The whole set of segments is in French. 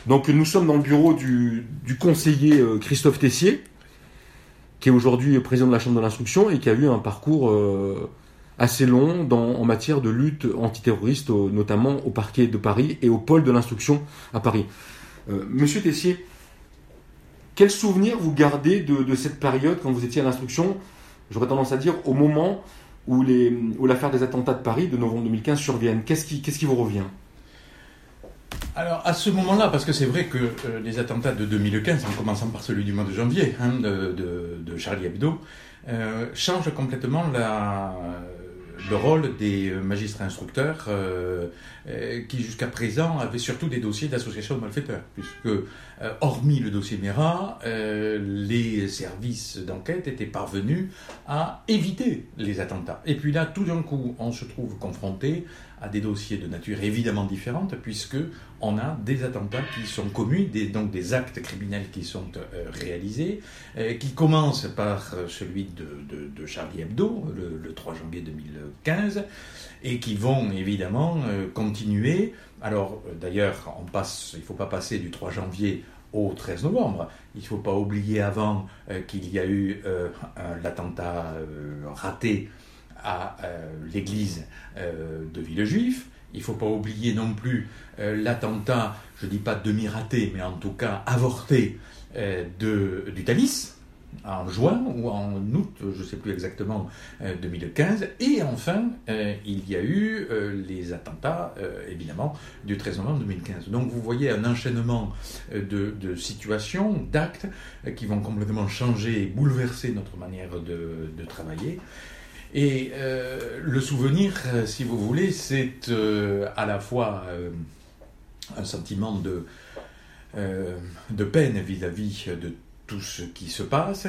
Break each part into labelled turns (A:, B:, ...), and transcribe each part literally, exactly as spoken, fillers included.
A: Donc nous sommes dans le bureau du, du conseiller euh, Christophe Tessier, qui est aujourd'hui président de la Chambre de l'instruction et qui a eu un parcours euh, assez long dans, en matière de lutte antiterroriste, au, notamment au parquet de Paris et au pôle de l'instruction à Paris. Euh, Monsieur Tessier, quel souvenir vous gardez de, de cette période quand vous étiez à l'instruction, j'aurais tendance à dire, au moment où, les, où l'affaire des attentats de Paris de novembre deux mille quinze surviennent? Qu'est-ce qui, qu'est-ce qui vous revient?
B: Alors, à ce moment-là, parce que c'est vrai que euh, les attentats de deux mille quinze, en commençant par celui du mois de janvier, hein, de, de, de Charlie Hebdo, euh, changent complètement la, le rôle des magistrats instructeurs euh, euh, qui, jusqu'à présent, avaient surtout des dossiers d'association de malfaiteurs, puisque, euh, hormis le dossier Mera, euh, les services d'enquête étaient parvenus à éviter les attentats. Et puis là, tout d'un coup, on se trouve confronté à des dossiers de nature évidemment différente, puisque on a des attentats qui sont commis, des, donc des actes criminels qui sont euh, réalisés, euh, qui commencent par euh, celui de, de, de Charlie Hebdo, le, le trois janvier deux mille quinze, et qui vont évidemment euh, continuer. Alors euh, d'ailleurs, on passe, il ne faut pas passer du trois janvier au treize novembre. Il ne faut pas oublier avant euh, qu'il y a eu euh, un, l'attentat euh, raté à euh, l'église euh, de Villejuif. Il ne faut pas oublier non plus euh, l'attentat, je ne dis pas demi-raté, mais en tout cas avorté euh, de, du Thalys, en juin ou en août, je ne sais plus exactement, euh, deux mille quinze. Et enfin, euh, il y a eu euh, les attentats, euh, évidemment, du treize novembre deux mille quinze. Donc vous voyez un enchaînement euh, de, de situations, d'actes, euh, qui vont complètement changer et bouleverser notre manière de, de travailler. Et euh, le souvenir, si vous voulez, c'est euh, à la fois euh, un sentiment de, euh, de peine vis-à-vis de tout ce qui se passe,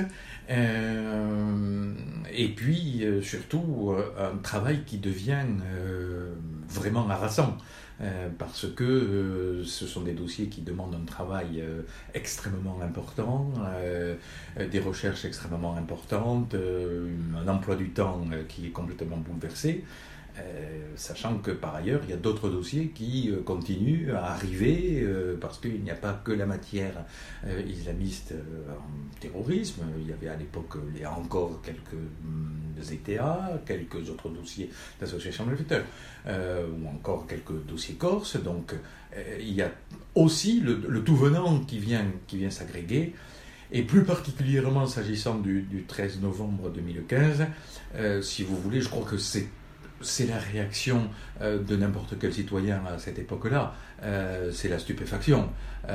B: euh, et puis euh, surtout euh, un travail qui devient euh, vraiment harassant. Euh, parce que euh, ce sont des dossiers qui demandent un travail euh, extrêmement important, euh, des recherches extrêmement importantes, euh, un emploi du temps euh, qui est complètement bouleversé, euh, sachant que par ailleurs il y a d'autres dossiers qui euh, continuent à arriver euh, parce qu'il n'y a pas que la matière euh, islamiste euh, en terrorisme. Il y avait à l'époque il y a encore quelques hum, E T A, quelques autres dossiers d'associations de malfaiteurs. Euh, ou encore quelques dossiers corses. Donc euh, il y a aussi le, le tout venant qui vient, qui vient s'agréger, et plus particulièrement s'agissant du, du treize novembre deux mille quinze, euh, si vous voulez, je crois que c'est, c'est la réaction euh, de n'importe quel citoyen à cette époque-là, euh, c'est la stupéfaction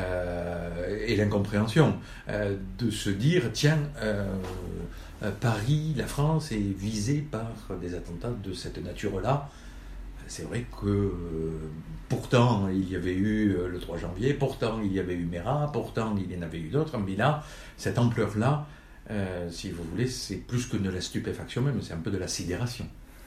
B: euh, et l'incompréhension euh, de se dire, tiens, euh, Paris, la France est visée par des attentats de cette nature-là. C'est vrai que euh, pourtant il y avait eu euh, le trois janvier, pourtant il y avait eu Mera, pourtant il y en avait eu d'autres, mais là, cette ampleur-là, euh, si vous voulez, c'est plus que de la stupéfaction même, c'est un peu de la sidération.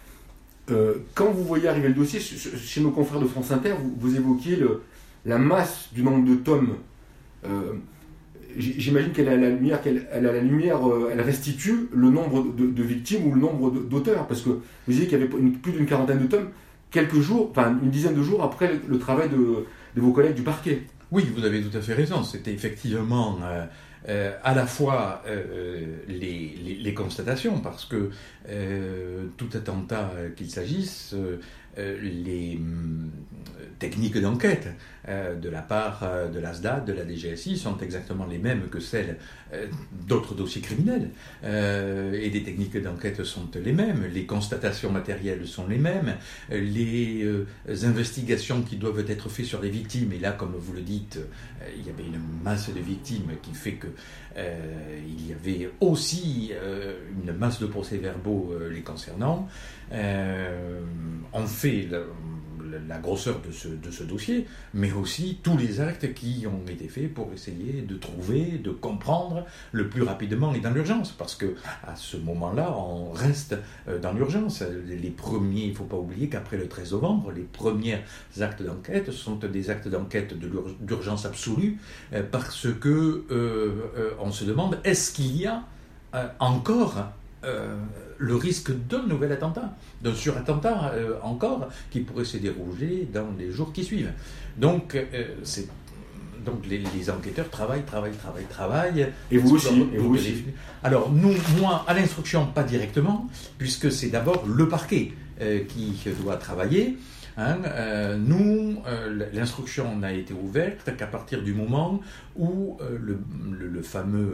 A: Euh, quand vous voyez arriver le dossier, chez nos confrères de France Inter, vous, vous évoquiez le, la masse du nombre de tomes. Euh, j'imagine qu'elle a la lumière, qu'elle elle a la lumière, euh, elle restitue le nombre de, de victimes ou le nombre de, d'auteurs, parce que vous disiez qu'il y avait une, plus d'une quarantaine de tomes. Quelques jours, enfin une dizaine de jours après le, le travail de, de vos collègues du parquet.
B: Oui, vous avez tout à fait raison. C'était effectivement euh, euh, à la fois euh, les, les, les constatations, parce que euh, tout attentat qu'il s'agisse, euh, les euh, techniques d'enquête euh, de la part euh, de l'A S D A, de la D G S I, sont exactement les mêmes que celles euh, d'autres dossiers criminels. Euh, et les techniques d'enquête sont les mêmes, les constatations matérielles sont les mêmes, les euh, investigations qui doivent être faites sur les victimes, et là, comme vous le dites, euh, il y avait une masse de victimes qui fait que euh, il y avait aussi euh, une masse de procès-verbaux euh, les concernant. Euh, on fait la, la grosseur de ce, de ce dossier, mais aussi tous les actes qui ont été faits pour essayer de trouver, de comprendre le plus rapidement et dans l'urgence, parce que à ce moment-là, on reste dans l'urgence. Les premiers, il ne faut pas oublier qu'après le treize novembre, les premiers actes d'enquête sont des actes d'enquête de l'ur- d'urgence absolue, parce que euh, euh, on se demande, est-ce qu'il y a euh, encore euh, le risque d'un nouvel attentat, d'un surattentat euh, encore, qui pourrait se dérouler dans les jours qui suivent. Donc, euh, c'est donc les, les enquêteurs travaillent, travaillent, travaillent, travaillent.
A: Et vous aussi, et vous aussi.
B: Alors nous, moi, à l'instruction, pas directement, puisque c'est d'abord le parquet euh, qui doit travailler. Hein, euh, nous, euh, l'instruction n'a été ouverte qu'à partir du moment où euh, le, le, le fameux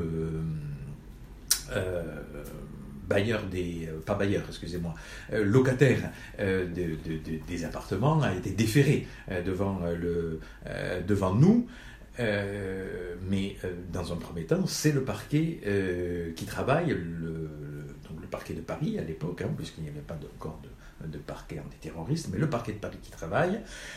B: euh, euh, bailleur des, euh, pas bailleur, excusez-moi, euh, locataire euh, de, de, de, des appartements a été déféré euh, devant, euh, le, euh, devant nous. Euh, mais euh, dans un premier temps, c'est le parquet euh, qui travaille, le, donc le parquet de Paris à l'époque, hein, puisqu'il n'y avait pas encore de de parquet antiterroriste, mais le parquet de Paris qui travaille.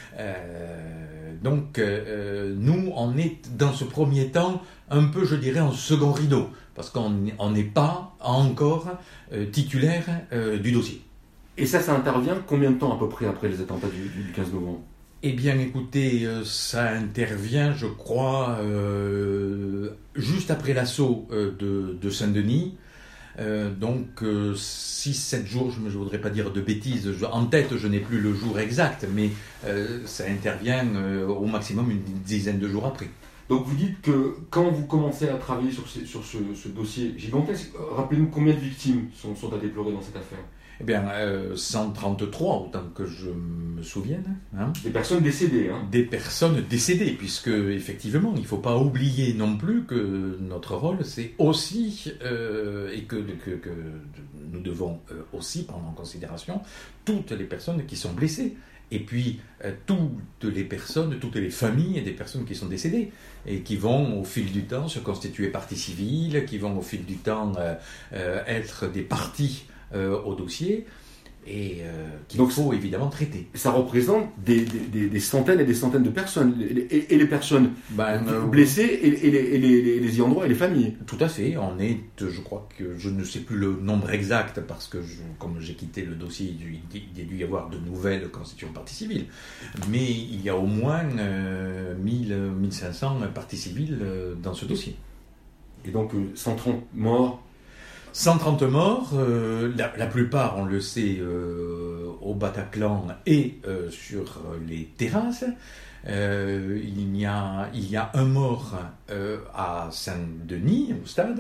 B: Euh, donc, euh, nous, on est dans ce premier temps un peu, je dirais, en second rideau, parce qu'on n'est pas encore euh, titulaire euh, du dossier.
A: Et ça, ça intervient combien de temps à peu près après les attentats du, du quinze novembre ?
B: Eh bien, écoutez, euh, ça intervient, je crois, euh, juste après l'assaut euh, de, de Saint-Denis. Euh, donc euh, six sept jours, je ne voudrais pas dire de bêtises, je, en tête je n'ai plus le jour exact, mais euh, ça intervient euh, au maximum une dizaine de jours après.
A: Donc vous dites que quand vous commencez à travailler sur, ces, sur ce, ce dossier gigantesque, rappelez-nous combien de victimes sont, sont à déplorer dans cette affaire ?
B: Eh bien, euh, cent trente-trois, autant que je me souvienne. Hein.
A: Des personnes décédées. Hein.
B: Des personnes décédées, puisque, effectivement, il ne faut pas oublier non plus que notre rôle, c'est aussi, euh, et que, que, que nous devons aussi prendre en considération toutes les personnes qui sont blessées. Et puis, euh, toutes les personnes, toutes les familles des personnes qui sont décédées, et qui vont, au fil du temps, se constituer partie civile, qui vont, au fil du temps, euh, euh, être des parties Euh, au dossier et euh, qu'il Donc, faut évidemment traiter.
A: Ça représente des, des, des centaines et des centaines de personnes, et, et les personnes ben, euh, blessées et, et, les, et les, les, les ayants droit et les familles.
B: Tout à fait, on est, je crois que je ne sais plus le nombre exact parce que je, comme j'ai quitté le dossier, il a dû y avoir de nouvelles constitutions de partie civile, mais il y a au moins euh, mille, mille cinq cents parties civiles euh, dans ce dossier.
A: Et donc euh, cent trente morts.
B: cent trente morts, euh, la, la plupart, on le sait, euh, au Bataclan et euh, sur les terrasses. Euh, il, y a, il y a un mort euh, à Saint-Denis, au stade,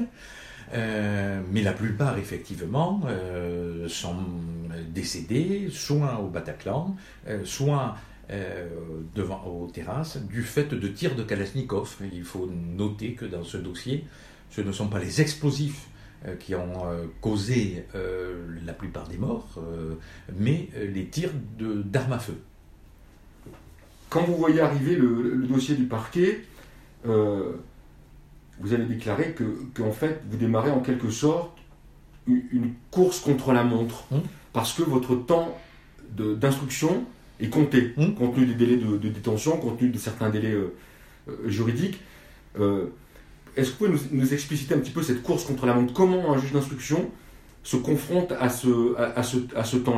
B: euh, mais la plupart, effectivement, euh, sont décédés, soit au Bataclan, euh, soit euh, devant, aux terrasses, du fait de tirs de Kalachnikov. Il faut noter que dans ce dossier, ce ne sont pas les explosifs qui ont euh, causé euh, la plupart des morts, euh, mais euh, les tirs de, d'armes à feu.
A: Quand vous voyez arriver le, le dossier du parquet, euh, vous avez déclaré que, que en fait, vous démarrez en quelque sorte une, une course contre la montre, mmh. parce que votre temps de, d'instruction est compté, mmh. compte tenu des délais de, de détention, compte tenu de certains délais euh, euh, juridiques. Euh, Est-ce que vous pouvez nous, nous expliciter un petit peu cette course contre la montre ? Comment un juge d'instruction se confronte à ce, à, à ce, à ce temps-là ?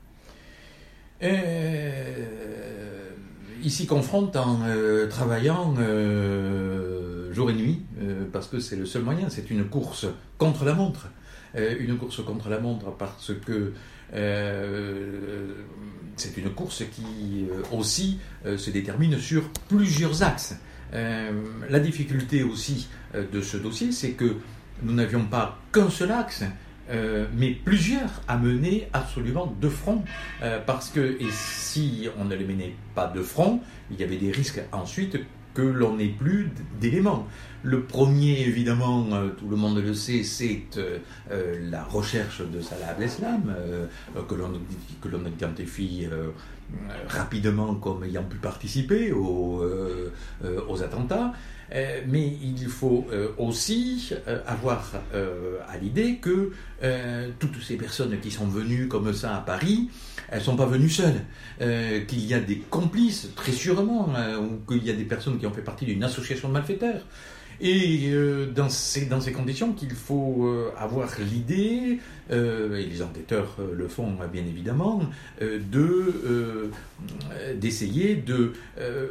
B: euh, Il s'y confronte en euh, travaillant euh, jour et nuit, euh, parce que c'est le seul moyen, c'est une course contre la montre. Euh, une course contre la montre parce que euh, c'est une course qui euh, aussi euh, se détermine sur plusieurs axes. Euh, la difficulté aussi euh, de ce dossier, c'est que nous n'avions pas qu'un seul axe, euh, mais plusieurs à mener absolument de front, euh, parce que et si on ne les menait pas de front, il y avait des risques ensuite que l'on n'ait plus d'éléments. Le premier, évidemment, euh, tout le monde le sait, c'est euh, euh, la recherche de Salah Abdeslam, euh, que l'on que l'on identifie euh, rapidement comme ayant pu participer aux, euh, euh, aux attentats. Euh, mais il faut euh, aussi euh, avoir euh, à l'idée que euh, toutes ces personnes qui sont venues comme ça à Paris, elles ne sont pas venues seules, euh, qu'il y a des complices, très sûrement, euh, ou qu'il y a des personnes qui ont fait partie d'une association de malfaiteurs. Et euh, dans, ces, dans ces conditions qu'il faut euh, avoir l'idée, euh, et les enquêteurs euh, le font bien évidemment, euh, de, euh, d'essayer de... Euh,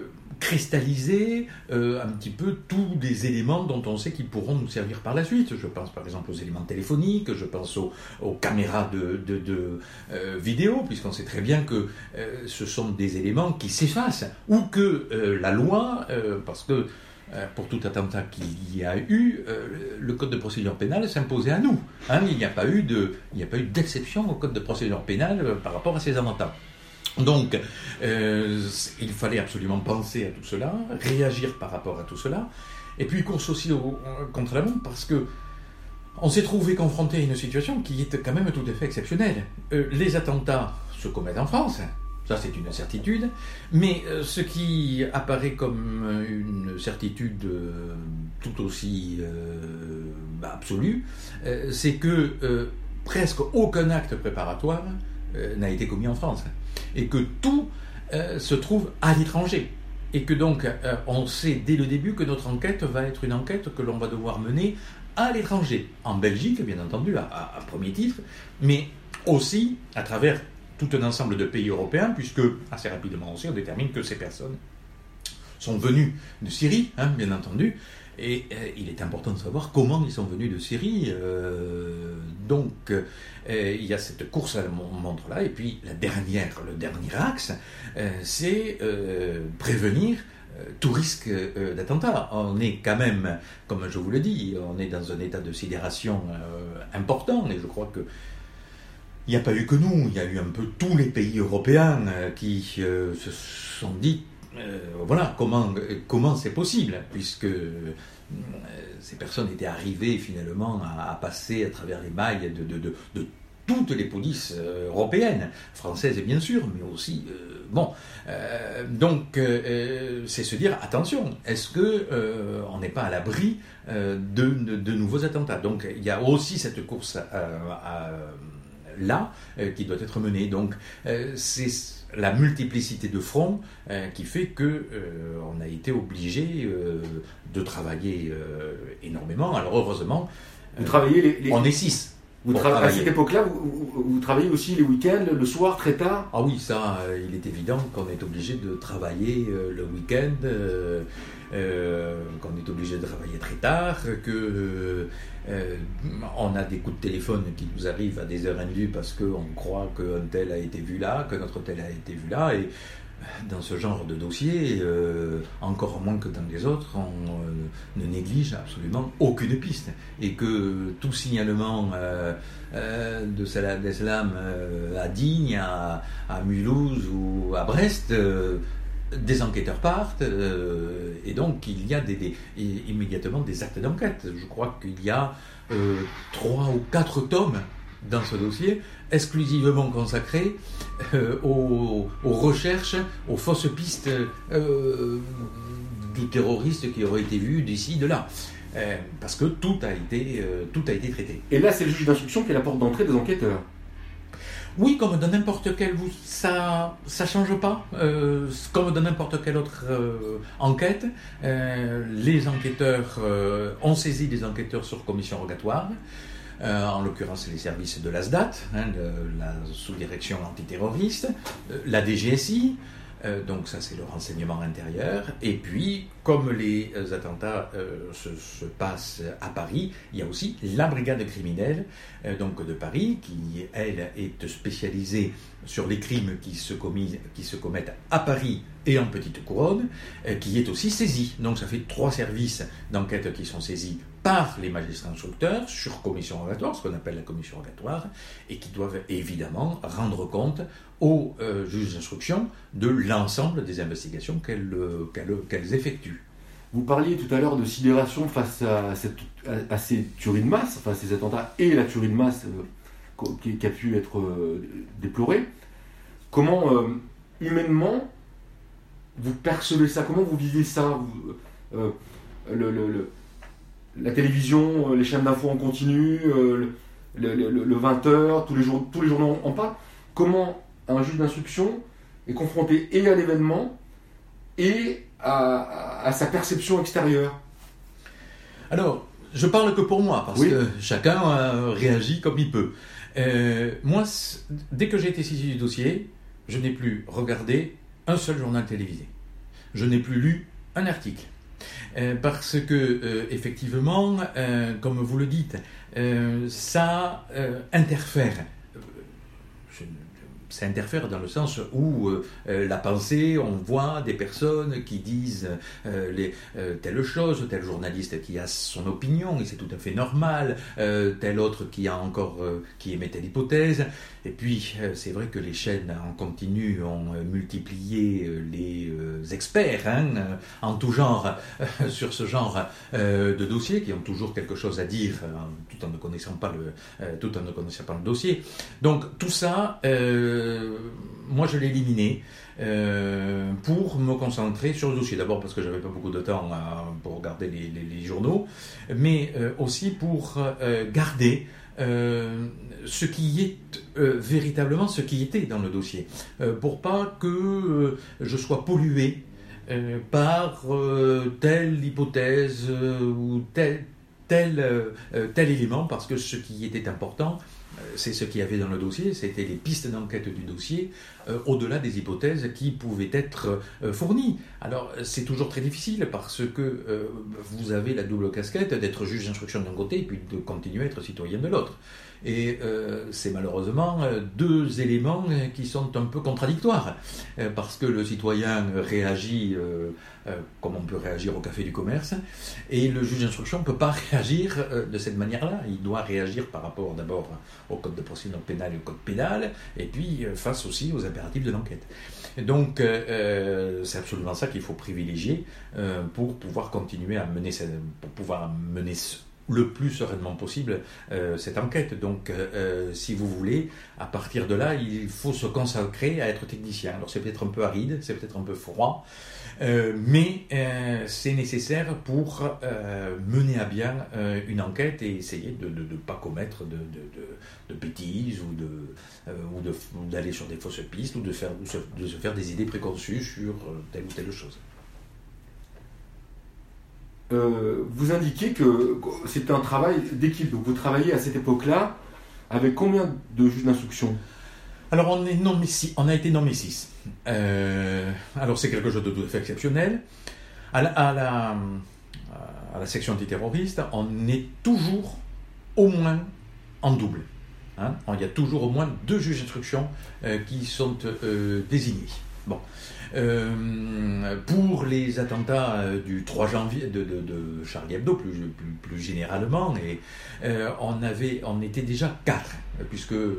B: cristalliser euh, un petit peu tous les éléments dont on sait qu'ils pourront nous servir par la suite. Je pense par exemple aux éléments téléphoniques, je pense aux, aux caméras de, de, de euh, vidéo, puisqu'on sait très bien que euh, ce sont des éléments qui s'effacent, ou que euh, la loi, euh, parce que euh, pour tout attentat qu'il y a eu, euh, le code de procédure pénale s'imposait à nous. Hein, il n'y a pas eu de, il n'y a pas eu d'exception au code de procédure pénale euh, par rapport à ces attentats. Donc, euh, il fallait absolument penser à tout cela, réagir par rapport à tout cela, et puis course aussi au, contre la montre, parce que on s'est trouvé confronté à une situation qui était quand même tout à fait exceptionnelle. Euh, les attentats se commettent en France, ça c'est une certitude, mais euh, ce qui apparaît comme une certitude euh, tout aussi euh, bah, absolue, euh, c'est que euh, presque aucun acte préparatoire euh, n'a été commis en France. Et que tout euh, se trouve à l'étranger. Et que donc, euh, on sait dès le début que notre enquête va être une enquête que l'on va devoir mener à l'étranger. En Belgique, bien entendu, à, à, à premier titre, mais aussi à travers tout un ensemble de pays européens, puisque, assez rapidement aussi, on détermine que ces personnes sont venues de Syrie, hein, bien entendu, et euh, il est important de savoir comment ils sont venus de Syrie. Euh, donc, euh, il y a cette course à la montre-là, et puis la dernière, le dernier axe, euh, c'est euh, prévenir euh, tout risque euh, d'attentat. On est quand même, comme je vous le dis, on est dans un état de sidération euh, important, et je crois que il n'y a pas eu que nous, il y a eu un peu tous les pays européens euh, qui euh, se sont dit Euh, voilà, comment, comment c'est possible, puisque euh, ces personnes étaient arrivées finalement à, à passer à travers les mailles de, de, de, de toutes les polices euh, européennes, françaises bien sûr, mais aussi, euh, bon, euh, donc euh, c'est se dire, attention, est-ce que euh, on n'est pas à l'abri euh, de, de, de nouveaux attentats? Donc il y a aussi cette course à, à, là euh, qui doit être menée, donc euh, c'est la multiplicité de fronts euh, qui fait que euh, on a été obligé euh, de travailler euh, énormément. Alors heureusement,
A: vous euh, travaillez les, les...
B: on est six.
A: Vous tra- à cette époque-là, vous, vous, vous travaillez aussi les week-ends, le soir, très tard?
B: Ah oui, ça, euh, il est évident qu'on est obligé de travailler euh, le week-end, euh, euh, qu'on est obligé de travailler très tard, que euh, on a des coups de téléphone qui nous arrivent à des heures indues parce qu'on croit qu'un tel a été vu là, que notre tel a été vu là, et dans ce genre de dossier, euh, encore moins que dans les autres, on euh, ne néglige absolument aucune piste. Et que tout signalement euh, euh, de Salah Abdeslam euh, à Digne, à, à Mulhouse ou à Brest, euh, des enquêteurs partent, euh, et donc il y a des, des, immédiatement des actes d'enquête. Je crois qu'il y a euh, trois ou quatre tomes dans ce dossier, exclusivement consacré euh, aux, aux recherches, aux fausses pistes euh, du terroriste qui aurait été vu d'ici, de là. Euh, parce que tout a été, euh, tout a été traité.
A: Et là, c'est le juge d'instruction qui est la porte d'entrée des enquêteurs.
B: Oui, comme dans n'importe quel... Ça ça change pas. Euh, comme dans n'importe quelle autre euh, enquête, euh, les enquêteurs euh, ont saisi des enquêteurs sur commission rogatoire. Euh, en l'occurrence les services de l'A S D A T, hein, de, la sous-direction antiterroriste, euh, la D G S I, euh, donc ça c'est le renseignement intérieur, et puis comme les euh, attentats euh, se, se passent à Paris, il y a aussi la brigade criminelle euh, donc de Paris, qui elle est spécialisée sur les crimes qui se, commis, qui se commettent à Paris et en Petite Couronne, euh, qui est aussi saisie. Donc ça fait trois services d'enquête qui sont saisis par les magistrats instructeurs sur commission rogatoire, ce qu'on appelle la commission rogatoire, et qui doivent évidemment rendre compte aux euh, juges d'instruction de l'ensemble des investigations qu'elles, euh, qu'elles, qu'elles effectuent.
A: Vous parliez tout à l'heure de sidération face à, cette, à, à ces tueries de masse, enfin ces attentats et la tuerie de masse euh, qui, qui a pu être euh, déplorée. Comment, euh, humainement, vous percevez ça? Comment vous vivez ça? vous, euh, le, le, le, La télévision, les chaînes d'infos en continu, euh, le, le, le vingt heures, tous les, jours, tous les journaux en parlent. Comment un juge d'instruction est confronté et à l'événement et à, à, à sa perception extérieure?
B: Alors, je parle que pour moi, parce oui. que chacun euh, réagit comme il peut. Euh, moi, dès que j'ai été saisi du dossier, je n'ai plus regardé un seul journal télévisé. je n'ai plus lu un article. Euh, parce que, euh, effectivement, euh, comme vous le dites, euh, ça euh, interfère. Je, ça interfère dans le sens où euh, la pensée, on voit des personnes qui disent euh, les, euh, telle chose, tel journaliste qui a son opinion, et c'est tout à fait normal, euh, tel autre qui a encore euh, qui émet telle hypothèse. Et puis, euh, c'est vrai que les chaînes en continu ont euh, multiplié euh, les euh, experts hein, euh, en tout genre euh, sur ce genre euh, de dossier, qui ont toujours quelque chose à dire, euh, tout en ne connaissant pas le, euh, tout en ne connaissant pas le dossier. Donc, tout ça, euh, moi, je l'ai éliminé euh, pour me concentrer sur le dossier. D'abord parce que j'avais pas beaucoup de temps à, pour regarder les, les, les journaux, mais euh, aussi pour euh, garder Euh, ce qui est euh, véritablement ce qui était dans le dossier, euh, pour pas que euh, je sois pollué euh, par euh, telle hypothèse euh, ou tel, tel, euh, tel élément, parce que ce qui était important, c'est ce qu'il y avait dans le dossier, c'était les pistes d'enquête du dossier, euh, au-delà des hypothèses qui pouvaient être euh, fournies. Alors, c'est toujours très difficile parce que euh, vous avez la double casquette d'être juge d'instruction d'un côté et puis de continuer à être citoyen de l'autre. Et euh, c'est malheureusement deux éléments qui sont un peu contradictoires, euh, parce que le citoyen réagit euh, euh, comme on peut réagir au café du commerce, et le juge d'instruction ne peut pas réagir euh, de cette manière-là. Il doit réagir par rapport d'abord au code de procédure pénale et au code pénal, et puis euh, face aussi aux impératifs de l'enquête. Donc euh, c'est absolument ça qu'il faut privilégier euh, pour pouvoir continuer à mener, pour pouvoir mener le plus sereinement possible euh, cette enquête. Donc, euh, si vous voulez, à partir de là, il faut se consacrer à être technicien. Alors, c'est peut-être un peu aride, c'est peut-être un peu froid, euh, mais euh, c'est nécessaire pour euh, mener à bien euh, une enquête et essayer de ne pas commettre de, de, de, de bêtises ou, de, euh, ou, de, ou d'aller sur des fausses pistes ou de, faire, de, se, de se faire des idées préconçues sur telle ou telle chose.
A: Euh, vous indiquez que c'est un travail d'équipe. Donc vous travaillez à cette époque-là avec combien de juges d'instruction ?
B: Alors on, est nommé six, on a été nommé six. Euh, alors c'est quelque chose de tout à fait exceptionnel. À la, à la, à la section antiterroriste, on est toujours au moins en double. Hein, il y a toujours au moins deux juges d'instruction euh, qui sont euh, désignés. Bon. Euh, pour les attentats euh, du trois janvier de, de, de Charlie Hebdo, plus, plus, plus généralement, et, euh, on, avait, on était déjà quatre, puisque euh,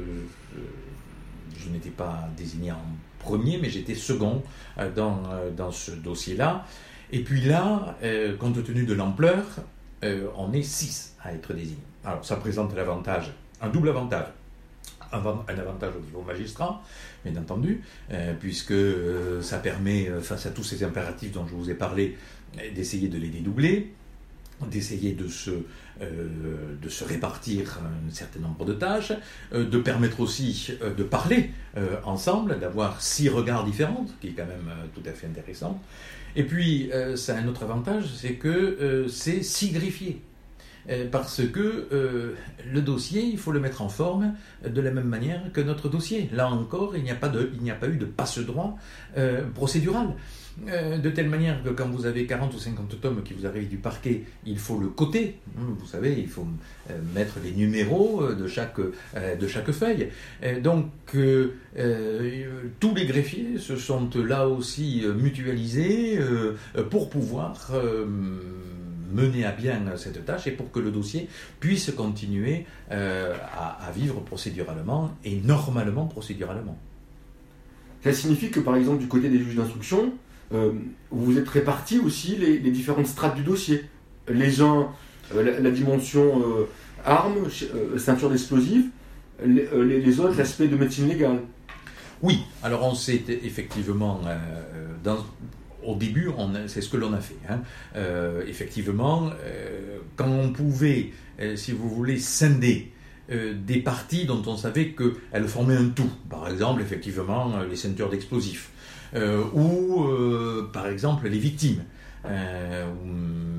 B: je n'étais pas désigné en premier, mais j'étais second euh, dans, euh, dans ce dossier-là. Et puis là, euh, compte tenu de l'ampleur, euh, on est six à être désignés. Alors ça présente l'avantage, un double avantage. Un avantage au niveau magistrat, bien entendu, euh, puisque euh, ça permet, euh, face à tous ces impératifs dont je vous ai parlé, d'essayer de les dédoubler, d'essayer de se, euh, de se répartir un certain nombre de tâches, euh, de permettre aussi euh, de parler euh, ensemble, d'avoir six regards différents, ce qui est quand même euh, tout à fait intéressant. Et puis, euh, ça a un autre avantage, c'est que euh, c'est six greffiers. Parce que euh, le dossier, il faut le mettre en forme de la même manière que notre dossier. Là encore, il n'y a pas, de, il n'y a pas eu de passe-droit euh, procédural. Euh, de telle manière que quand vous avez quarante ou cinquante tomes qui vous arrivent du parquet, il faut le coter. Vous savez, il faut euh, mettre les numéros de chaque, euh, de chaque feuille. Euh, donc, euh, euh, tous les greffiers se sont là aussi mutualisés euh, pour pouvoir... Euh, mener à bien cette tâche et pour que le dossier puisse continuer euh, à, à vivre procéduralement et normalement procéduralement.
A: Ça signifie que par exemple du côté des juges d'instruction, euh, vous êtes répartis aussi les, les différentes strates du dossier. Les uns, euh, la, la dimension euh, armes, euh, ceinture d'explosifs, les, euh, les autres l'aspect de médecine légale.
B: Oui, alors on s'est effectivement euh, dans... Au début, on a, c'est ce que l'on a fait. Hein. Euh, effectivement, euh, quand on pouvait, euh, si vous voulez, scinder euh, des parties dont on savait qu'elles formaient un tout, par exemple, effectivement, euh, les ceintures d'explosifs, euh, ou, euh, par exemple, les victimes. Euh,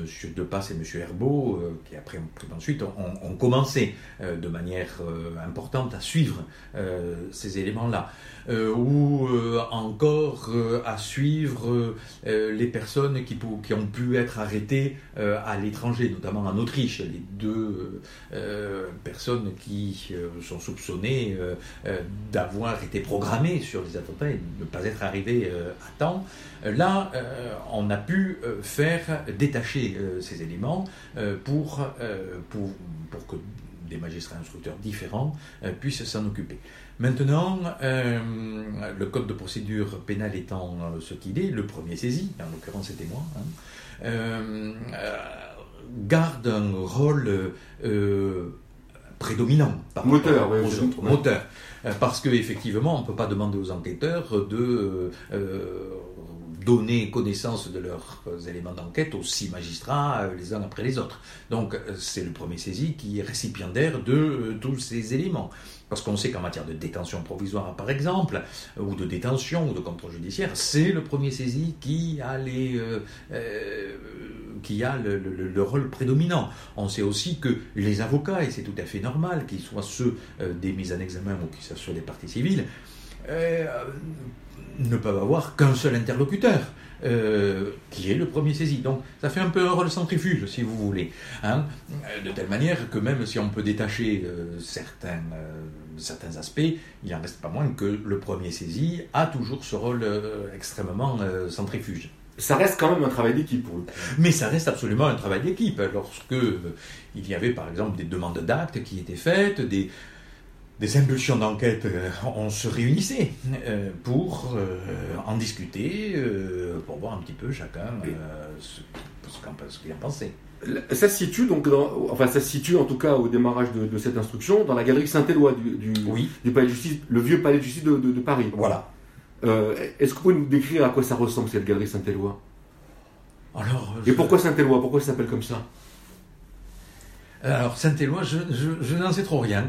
B: M. Depasse et M. Herbeau, euh, qui après ensuite ont, ont commencé euh, de manière euh, importante à suivre euh, ces éléments-là. Euh, ou euh, encore euh, à suivre euh, les personnes qui, pour, qui ont pu être arrêtées euh, à l'étranger, notamment en Autriche. Les deux euh, personnes qui euh, sont soupçonnées euh, euh, d'avoir été programmées sur les attentats et de ne pas être arrivées euh, à temps. Là, euh, on a pu euh, faire détacher euh, ces éléments euh, pour, euh, pour, pour que des magistrats instructeurs différents euh, puissent s'en occuper. Maintenant, euh, le code de procédure pénale étant euh, ce qu'il est, le premier saisi, en l'occurrence c'était moi, hein, euh, euh, garde un rôle euh, prédominant par
A: moteur,
B: rapport
A: ouais,
B: aux autres, moteur. Euh, parce qu'effectivement, on ne peut pas demander aux enquêteurs de euh, donner connaissance de leurs éléments d'enquête aux six magistrats, euh, les uns après les autres. Donc, euh, c'est le premier saisi qui est récipiendaire de euh, tous ces éléments. Parce qu'on sait qu'en matière de détention provisoire, par exemple, ou de détention, ou de contrôle judiciaire, c'est le premier saisi qui a, les, euh, euh, qui a le, le, le rôle prédominant. On sait aussi que les avocats, et c'est tout à fait normal, qu'ils soient ceux euh, des mises en examen ou qu'ils soient ceux des parties civiles, euh, ne peuvent avoir qu'un seul interlocuteur. Euh, qui est le premier saisi. Donc ça fait un peu un rôle centrifuge, si vous voulez. Hein, de telle manière que même si on peut détacher euh, certains, euh, certains aspects, il n'en reste pas moins que le premier saisi a toujours ce rôle euh, extrêmement euh, centrifuge.
A: Ça reste quand même un travail d'équipe pour le coup.
B: Mais ça reste absolument un travail d'équipe. Lorsque euh, il y avait par exemple des demandes d'actes qui étaient faites, des des impulsions d'enquête, euh, on se réunissait euh, pour euh, en discuter, euh, pour voir un petit peu chacun euh, ce, ce qu'il en pensait.
A: Ça se situe donc, dans, enfin ça se situe en tout cas au démarrage de, de cette instruction dans la galerie Saint-Éloi du, du,
B: oui.
A: du palais de justice, le vieux palais de justice de, de, de Paris.
B: Voilà.
A: Euh, est-ce que vous pouvez nous décrire à quoi ça ressemble cette galerie Saint-Éloi ?
B: Alors.
A: Et je... pourquoi Saint-Éloi ? Pourquoi ça s'appelle comme ça ?
B: Alors, Saint-Éloi, je, je, je n'en sais trop rien.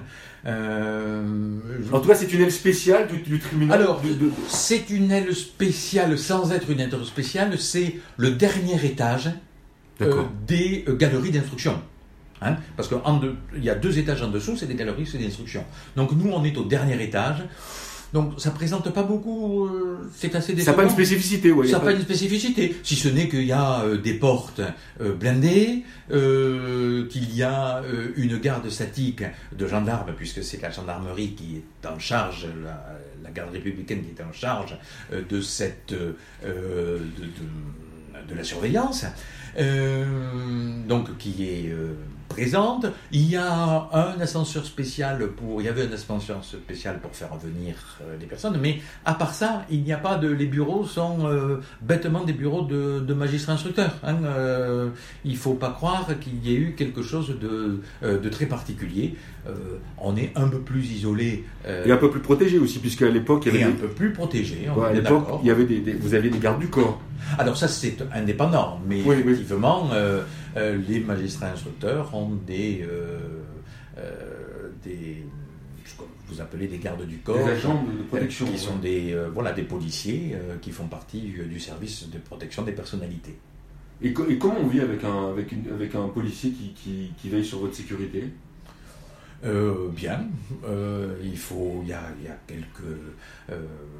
B: Euh, je...
A: En tout cas, c'est une aile spéciale du, du tribunal.
B: Alors,
A: de, de...
B: c'est une aile spéciale sans être une aile spéciale, c'est le dernier étage euh, des euh, galeries d'instruction. Hein, parce qu'il y a deux étages en dessous, c'est des galeries, c'est des instructions. Donc, nous, on est au dernier étage. Donc ça ne présente pas beaucoup, euh, c'est assez décevant.
A: Ça n'a pas une spécificité, oui.
B: Ça n'a pas une spécificité, si ce n'est qu'il y a euh, des portes euh, blindées, euh, qu'il y a euh, une garde statique de gendarmes, puisque c'est la gendarmerie qui est en charge, la, la garde républicaine qui est en charge euh, de cette euh, de, de, de la surveillance, euh, donc qui est euh, présente. Il y a un ascenseur spécial pour, il y avait un ascenseur spécial pour faire venir euh, les personnes, mais à part ça, il n'y a pas de, les bureaux sont euh, bêtement des bureaux de, de magistrats instructeurs. Hein, euh, il faut pas croire qu'il y ait eu quelque chose de, euh, de très particulier. Euh, on est un peu plus isolé. Euh,
A: et un peu plus protégé aussi, puisque à l'époque, il y avait
B: et
A: des...
B: un peu plus protégé.
A: Ouais, à l'époque, il y avait des, des, vous aviez des gardes du corps.
B: Alors ça, c'est indépendant, mais oui, effectivement, oui. Euh, euh, les magistrats instructeurs ont des, euh, euh, des, ce que vous appelez des gardes du corps,
A: des agents de protection,
B: euh, qui
A: ouais.
B: sont des, euh, voilà, des policiers euh, qui font partie euh, du service de protection des personnalités.
A: Et, co- et comment on vit avec un, avec une, avec un policier qui, qui, qui veille sur votre sécurité ?
B: Euh, bien, euh, il faut, il y a, il y a quelques euh,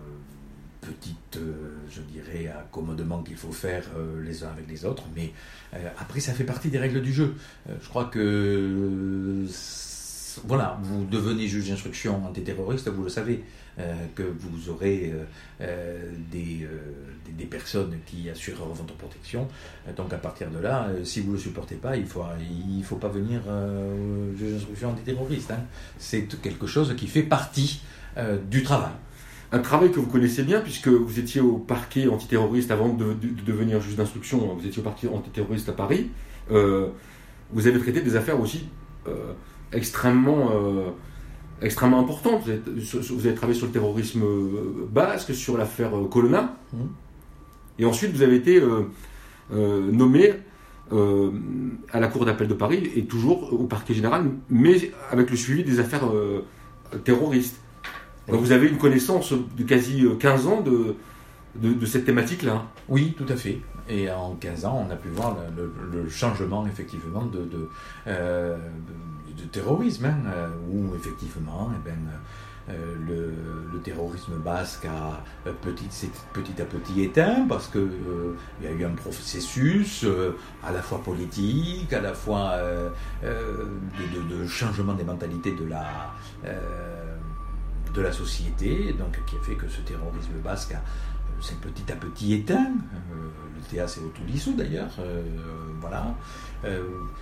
B: petites, euh, je dirais, accommodements qu'il faut faire euh, les uns avec les autres, mais euh, après ça fait partie des règles du jeu. Euh, je crois que euh, voilà, vous devenez juge d'instruction antiterroriste, vous le savez, euh, que vous aurez euh, euh, des, euh, des, des personnes qui assureront votre protection. Euh, donc à partir de là, euh, si vous ne le supportez pas, il ne faut, il faut pas venir euh, juge d'instruction antiterroriste. Hein. C'est quelque chose qui fait partie euh, du travail.
A: Un travail que vous connaissez bien, puisque vous étiez au parquet antiterroriste avant de, de, de devenir juge d'instruction, vous étiez au parquet antiterroriste à Paris. Euh, vous avez traité des affaires aussi euh, extrêmement, euh, extrêmement importantes. Vous avez, vous avez travaillé sur le terrorisme basque, sur l'affaire Colonna. Mmh. Et ensuite, vous avez été euh, euh, nommé euh, à la Cour d'appel de Paris, et toujours au parquet général, mais avec le suivi des affaires euh, terroristes. Donc vous avez une connaissance de quasi quinze ans de, de, de cette thématique-là.
B: Oui, tout à fait. Et en quinze ans, on a pu voir le, le, le changement, effectivement, de, de, euh, de, de terrorisme, hein, où, effectivement, eh ben, euh, le, le terrorisme basque a petit, petit à petit éteint, parce qu'il euh, y a eu un processus euh, à la fois politique, à la fois euh, euh, de, de, de changement des mentalités de la, euh, de la société, donc, qui a fait que ce terrorisme basque a c'est petit à petit éteint. Euh, le T A s'est auto-dissous d'ailleurs. Euh, voilà. Euh,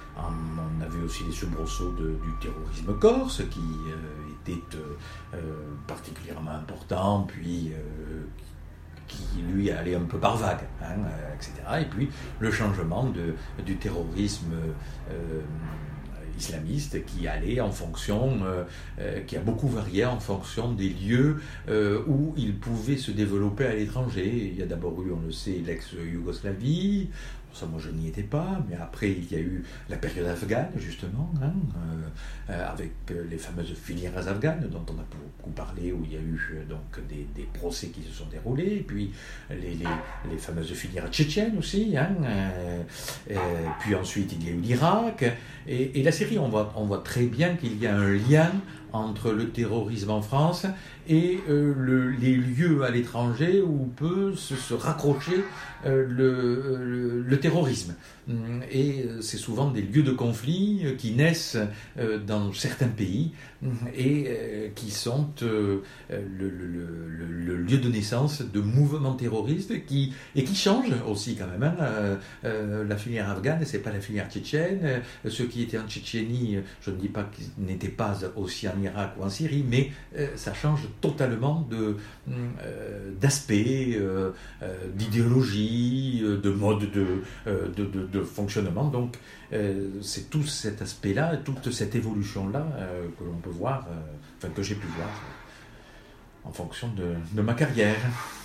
B: on avait aussi les soubresauts de, du terrorisme corse qui euh, était euh, particulièrement important, puis euh, qui lui allait un peu par vague, hein, euh, et cetera. Et puis le changement de, du terrorisme euh, islamiste qui allait en fonction, euh, euh, qui a beaucoup varié en fonction des lieux euh, où il pouvait se développer à l'étranger. Il y a d'abord eu, on le sait, l'ex-Yougoslavie. Ça, moi, je n'y étais pas, mais après, il y a eu la période afghane, justement, hein, euh, avec les fameuses filières afghanes, dont on a beaucoup parlé, où il y a eu donc des, des procès qui se sont déroulés, et puis les, les, les fameuses filières tchétchènes aussi, hein, euh, euh, puis ensuite, il y a eu l'Irak, et, et la Syrie, on voit, on voit très bien qu'il y a un lien entre le terrorisme en France et euh, le, les lieux à l'étranger où peut se, se raccrocher euh, le, le, le terrorisme. Et c'est souvent des lieux de conflit qui naissent euh, dans certains pays et euh, qui sont euh, le, le, le, le lieu de naissance de mouvements terroristes qui, et qui changent aussi quand même. Hein. Euh, euh, la filière afghane, c'est pas la filière tchétchène. Euh, ceux qui étaient en Tchétchénie, je ne dis pas qu'ils n'étaient pas aussi en Irak ou en Syrie, mais euh, ça change totalement de, euh, d'aspect, euh, euh, d'idéologie, de mode de, euh, de, de, de fonctionnement. Donc euh, c'est tout cet aspect-là, toute cette évolution-là euh, que l'on peut voir, euh, enfin que j'ai pu voir euh, en fonction de, de ma carrière.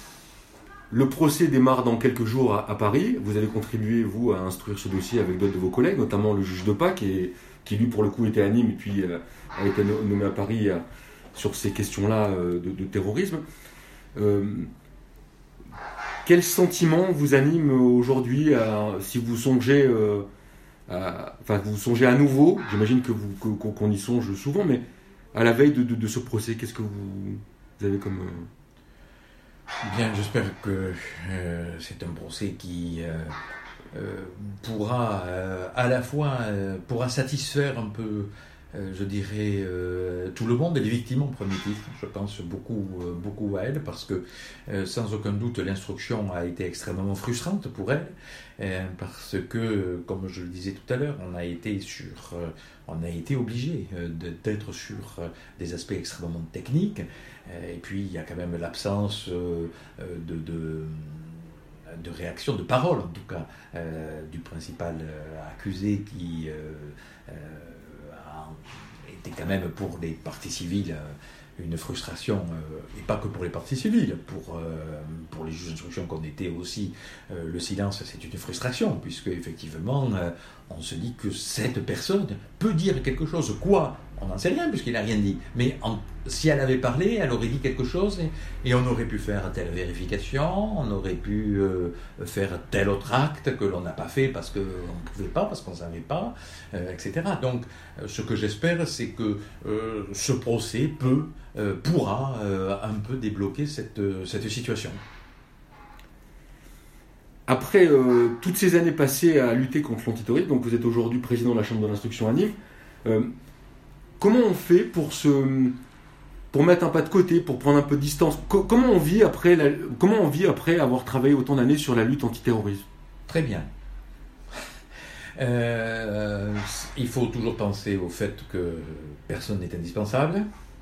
A: Le procès démarre dans quelques jours à, à Paris. Vous avez contribué, vous, à instruire ce dossier avec d'autres de vos collègues, notamment le juge de Pâques, et, qui lui, pour le coup, était à Nîmes et puis euh, a été nommé à Paris euh, sur ces questions-là euh, de, de terrorisme. Euh, quel sentiment vous anime aujourd'hui, à, si vous songez, euh, à, enfin, vous songez à nouveau, j'imagine que vous, que, qu'on y songe souvent, mais à la veille de, de, de ce procès, qu'est-ce que vous, vous avez comme... Euh...
B: Bien, j'espère que euh, c'est un procès qui euh, euh, pourra euh, à la fois euh, pourra satisfaire un peu, euh, je dirais, euh, tout le monde et les victimes en premier titre. Je pense beaucoup, euh, beaucoup à elles parce que euh, sans aucun doute l'instruction a été extrêmement frustrante pour elles euh, parce que, comme je le disais tout à l'heure, on a été sur, euh, on a été obligé euh, de, d'être sur euh, des aspects extrêmement techniques. Et puis, il y a quand même l'absence euh, de, de, de réaction, de parole, en tout cas, euh, du principal euh, accusé qui euh, euh, a été quand même pour les parties civiles euh, une frustration, euh, et pas que pour les parties civiles, pour, euh, pour les juges d'instruction qu'on était aussi, euh, le silence, c'est une frustration, puisque effectivement, euh, on se dit que cette personne peut dire quelque chose, quoi ? On n'en sait rien puisqu'il n'a rien dit. Mais en, si elle avait parlé, elle aurait dit quelque chose et, et on aurait pu faire telle vérification, on aurait pu euh, faire tel autre acte que l'on n'a pas fait parce qu'on ne pouvait pas, parce qu'on ne savait pas, euh, et cetera. Donc, euh, ce que j'espère, c'est que euh, ce procès peut, euh, pourra euh, un peu débloquer cette, cette situation.
A: Après euh, toutes ces années passées à lutter contre l'antiterrorisme, donc vous êtes aujourd'hui président de la Chambre de l'instruction à Nîmes, euh, comment on fait pour se, pour mettre un pas de côté, pour prendre un peu de distance ? Co- Comment on vit après, la, comment on vit après avoir travaillé autant d'années sur la lutte antiterroriste ?
B: Très bien. Euh, il faut toujours penser au fait que personne n'est indispensable.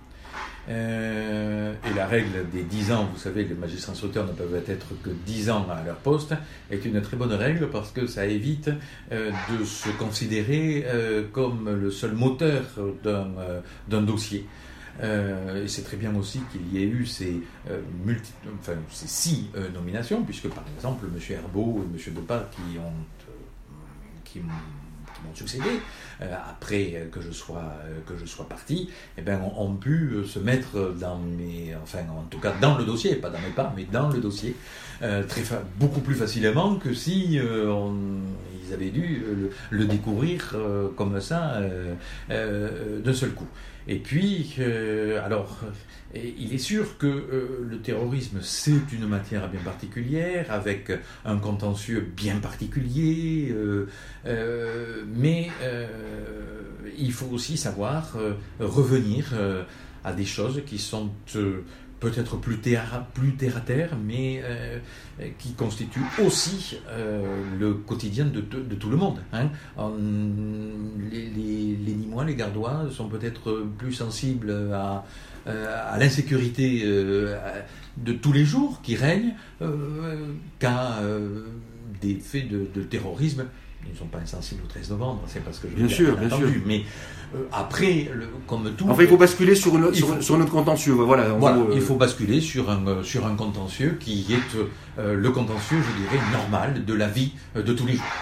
B: Euh, et la règle des dix ans, vous savez, les magistrats instructeurs ne peuvent être que dix ans à leur poste, est une très bonne règle parce que ça évite euh, de se considérer euh, comme le seul moteur d'un, euh, d'un dossier. Euh, et c'est très bien aussi qu'il y ait eu ces, euh, multi, enfin, ces six euh, nominations, puisque par exemple M. Herbeau et M. Depas qui ont, euh, qui, qui m'ont succédé, euh, après que je sois, euh, que je sois parti, eh ben, ont, ont pu se mettre dans mes, enfin, en tout cas dans le dossier, pas dans mes pas, mais dans le dossier, euh, très fa- beaucoup plus facilement que si euh, on, ils avaient dû le, le découvrir euh, comme ça euh, euh, d'un seul coup. Et puis, euh, alors, et il est sûr que euh, le terrorisme, c'est une matière bien particulière, avec un contentieux bien particulier, euh, euh, mais euh, il faut aussi savoir euh, revenir euh, à des choses qui sont euh, peut-être plus terre, plus terre à terre, mais euh, qui constituent aussi euh, le quotidien de, de, de tout le monde. Hein. En, les, les, les Nîmois, les Gardois sont peut-être plus sensibles à, à l'insécurité euh, de tous les jours qui règnent euh, qu'à euh, des faits de, de terrorisme. Ils ne sont pas insensibles au treize novembre, c'est parce que je
A: bien sûr, bien
B: entendu,
A: sûr.
B: Mais euh, après, le, comme tout...
A: Enfin, il faut basculer sur, une, sur,
B: faut,
A: sur notre contentieux. Voilà,
B: voilà
A: gros, euh...
B: il faut basculer sur un, sur un contentieux qui est euh, le contentieux, je dirais, normal de la vie euh, de tous les jours.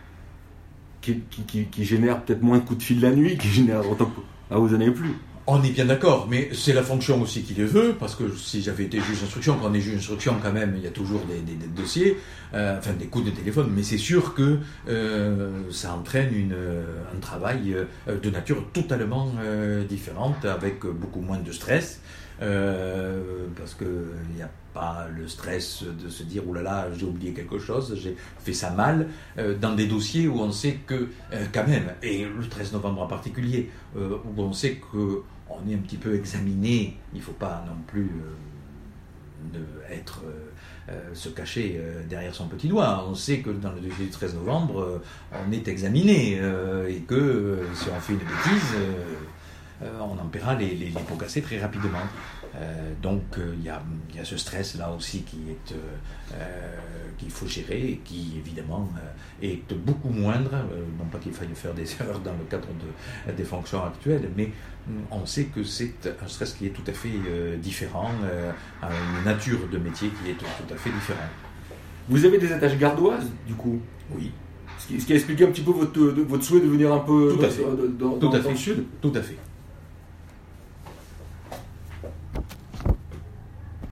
A: Qui, qui, qui, qui génère peut-être moins de coups de fil la nuit, qui génère autant que... Ah, vous n'en avez plus.
B: On est bien d'accord, mais c'est la fonction aussi qui le veut, parce que si j'avais été juge d'instruction, quand on est juge d'instruction quand même, il y a toujours des, des, des dossiers, euh, enfin des coups de téléphone, mais c'est sûr que euh, ça entraîne une, un travail de nature totalement euh, différente, avec beaucoup moins de stress, euh, parce qu'il n'y a pas le stress de se dire « Ouh là là, j'ai oublié quelque chose, j'ai fait ça mal euh, », dans des dossiers où on sait que, euh, quand même, et le treize novembre en particulier, euh, où on sait que on est un petit peu examiné, il ne faut pas non plus euh, de être, euh, euh, se cacher euh, derrière son petit doigt. On sait que dans le dossier du treize novembre, euh, on est examiné euh, et que euh, si on fait une bêtise, euh, euh, on en paiera les, les, les pots cassés très rapidement. Euh, donc il euh, y, y a ce stress là aussi qui est euh, euh, qu'il faut gérer et qui évidemment euh, est beaucoup moindre, euh, non pas qu'il faille faire des erreurs dans le cadre de, des fonctions actuelles, mais on sait que c'est un stress qui est tout à fait euh, différent, euh, une nature de métier qui est tout, tout à fait différente.
A: Vous avez des attaches gardoises du coup?
B: Oui.
A: Ce qui, ce qui explique un petit peu votre, votre souhait de venir un peu
B: tout à fait.
A: dans, dans,
B: tout
A: dans,
B: à
A: dans
B: fait.
A: le sud?
B: Tout à fait.